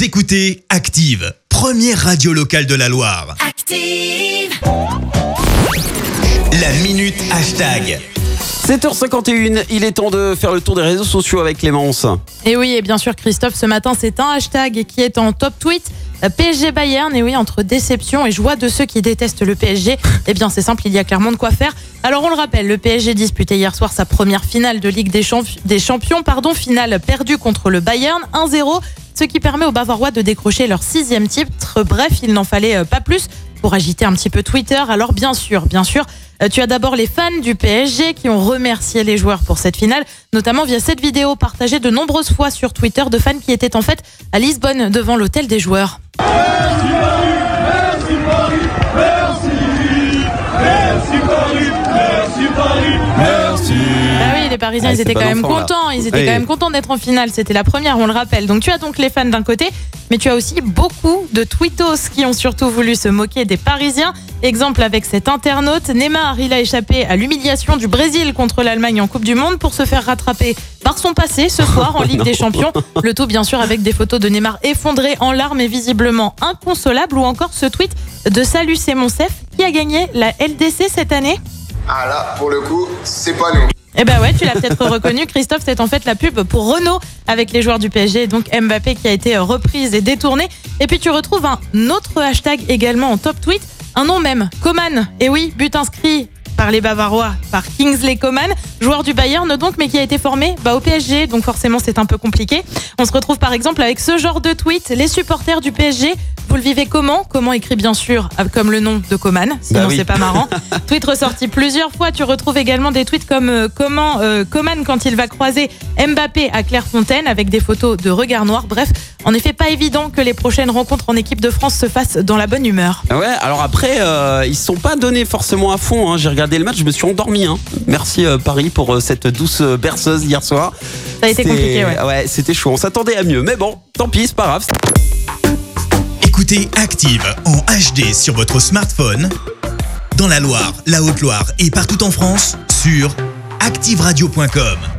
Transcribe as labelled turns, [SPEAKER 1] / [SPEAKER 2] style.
[SPEAKER 1] Vous écoutez Active, première radio locale de la Loire.
[SPEAKER 2] Active.
[SPEAKER 1] La minute hashtag.
[SPEAKER 3] 7h51, il est temps de faire le tour des réseaux sociaux avec Clémence.
[SPEAKER 4] Et oui, et bien sûr Christophe, ce matin c'est un hashtag qui est en top tweet. PSG Bayern, et oui, entre déception et joie de ceux qui détestent le PSG, eh bien c'est simple, il y a clairement de quoi faire. Alors on le rappelle, le PSG disputait hier soir sa première finale de Ligue des Champions, finale perdue contre le Bayern, 1-0, ce qui permet aux Bavarois de décrocher leur 6e titre. Bref, il n'en fallait pas plus pour agiter un petit peu Twitter. Alors bien sûr, tu as d'abord les fans du PSG qui ont remercié les joueurs pour cette finale, notamment via cette vidéo partagée de nombreuses fois sur Twitter de fans qui étaient en fait à Lisbonne devant l'hôtel des joueurs.
[SPEAKER 5] Merci Paris, merci Paris, merci Paris, merci Paris, merci.
[SPEAKER 4] Ah oui, les Parisiens, ils étaient quand même contents. Ils étaient quand même contents d'être en finale. C'était la première, on le rappelle. Donc tu as donc les fans d'un côté, mais tu as aussi beaucoup de tweetos qui ont surtout voulu se moquer des Parisiens. Exemple avec cet internaute, Neymar, il a échappé à l'humiliation du Brésil contre l'Allemagne en Coupe du Monde pour se faire rattraper par son passé ce soir en Ligue des Champions. Le tout bien sûr avec des photos de Neymar effondré en larmes et visiblement inconsolable. Ou encore ce tweet de Salut c'est Monsef qui a gagné la LDC cette année.
[SPEAKER 6] Ah là, pour le coup, c'est pas nous.
[SPEAKER 4] Eh ben ouais, tu l'as peut-être reconnu, Christophe, c'est en fait la pub pour Renault avec les joueurs du PSG, donc Mbappé qui a été reprise et détournée. Et puis tu retrouves un autre hashtag également en top tweet, un nom même, Coman. Et oui, but inscrit par les Bavarois, par Kingsley Coman, joueur du Bayern donc, mais qui a été formé au PSG, donc forcément c'est un peu compliqué. On se retrouve par exemple avec ce genre de tweet, les supporters du PSG, vous le vivez comment ? Comment écrit bien sûr comme le nom de Coman, sinon c'est pas marrant. Tweet ressorti plusieurs fois, tu retrouves également des tweets comme Coman quand il va croiser Mbappé à Clairefontaine avec des photos de regard noir. Bref, en effet pas évident que les prochaines rencontres en équipe de France se fassent dans la bonne humeur.
[SPEAKER 3] Ouais, alors après, ils se sont pas donnés forcément à fond, hein. J'ai regardé le match, je me suis endormi. Merci Paris pour cette douce berceuse hier soir.
[SPEAKER 4] Ça a été compliqué, ouais.
[SPEAKER 3] Ouais, c'était chaud, on s'attendait à mieux, mais bon, tant pis, c'est pas grave.
[SPEAKER 1] Écoutez Active en HD sur votre smartphone, dans la Loire, la Haute-Loire et partout en France, sur activeradio.com.